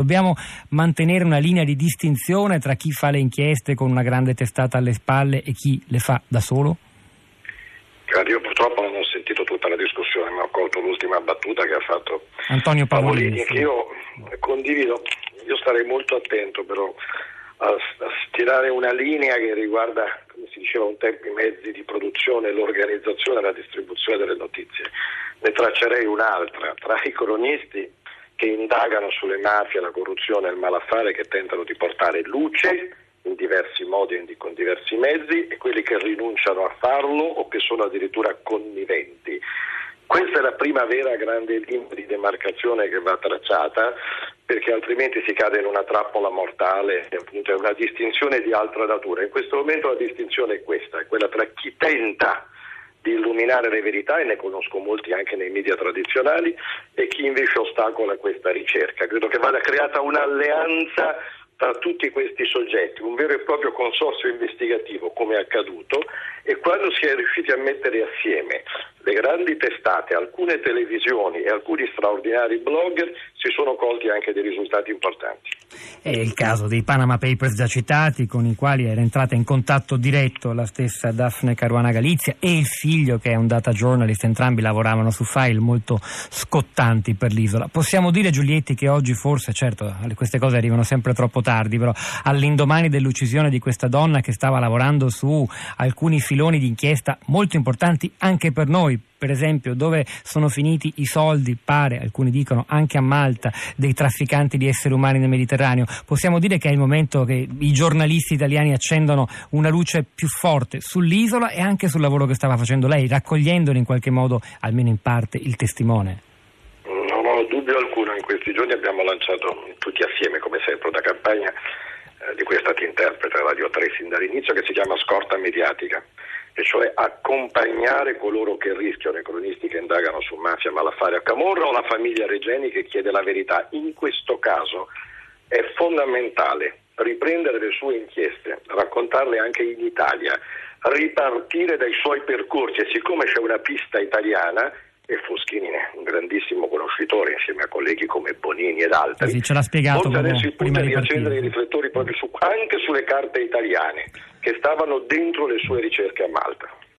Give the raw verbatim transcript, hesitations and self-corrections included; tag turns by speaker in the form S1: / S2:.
S1: Dobbiamo mantenere una linea di distinzione tra chi fa le inchieste con una grande testata alle spalle e chi le fa da solo?
S2: Io purtroppo non ho sentito tutta la discussione, ma ho colto l'ultima battuta che ha fatto
S1: Antonio Pavolini,
S2: che io condivido. Io starei molto attento però a, a stirare una linea che riguarda, come si diceva un tempo, i mezzi di produzione, l'organizzazione e la distribuzione delle notizie. Ne traccerei un'altra tra i cronisti che indagano sulle mafie, la corruzione e il malaffare, che tentano di portare luce in diversi modi e con diversi mezzi, e quelli che rinunciano a farlo o che sono addirittura conniventi. Questa è la prima vera grande linea di demarcazione che va tracciata, perché altrimenti si cade in una trappola mortale, appunto è una distinzione di altra natura. In questo momento la distinzione è questa, è quella tra chi tenta di illuminare le verità, e ne conosco molti anche nei media tradizionali, e chi invece ostacola questa ricerca. Credo che vada creata un'alleanza tra tutti questi soggetti, un vero e proprio consorzio investigativo, come è accaduto, e quando si è riusciti a mettere assieme le grandi testate, alcune televisioni e alcuni straordinari blogger, si sono colti anche dei risultati importanti.
S1: È il caso dei Panama Papers già citati, con i quali era entrata in contatto diretto la stessa Daphne Caruana Galizia e il figlio, che è un data journalist. Entrambi lavoravano su file molto scottanti per l'isola. Possiamo dire, Giulietti, che oggi forse, certo, queste cose arrivano sempre troppo tardi, però all'indomani dell'uccisione di questa donna che stava lavorando su alcuni filoni di inchiesta molto importanti anche per noi, per esempio dove sono finiti i soldi, pare, alcuni dicono anche a Malta, dei trafficanti di esseri umani nel Mediterraneo, possiamo dire che è il momento che i giornalisti italiani accendono una luce più forte sull'isola e anche sul lavoro che stava facendo lei, raccogliendone in qualche modo, almeno in parte, il testimone?
S2: Non ho dubbio alcuno. In questi giorni abbiamo lanciato tutti assieme, come sempre, una campagna eh, di cui è stata interprete Radio tre sin dall'inizio, che si chiama Scorta Mediatica, e cioè accompagnare coloro che rischiano, i cronisti che indagano su mafia, malaffare a Camorra, o la famiglia Regeni che chiede la verità. In questo caso è fondamentale riprendere le sue inchieste, raccontarle anche in Italia, ripartire dai suoi percorsi, e siccome c'è una pista italiana, e Foschini è un grandissimo conoscitore insieme a colleghi come Bonini ed altri,
S1: sì, ce l'ha spiegato
S2: molto adesso il punto
S1: prima
S2: di
S1: di
S2: accendere i
S1: partire.
S2: riflettori proprio su, anche sulle carte italiane che stavano dentro le sue ricerche a Malta.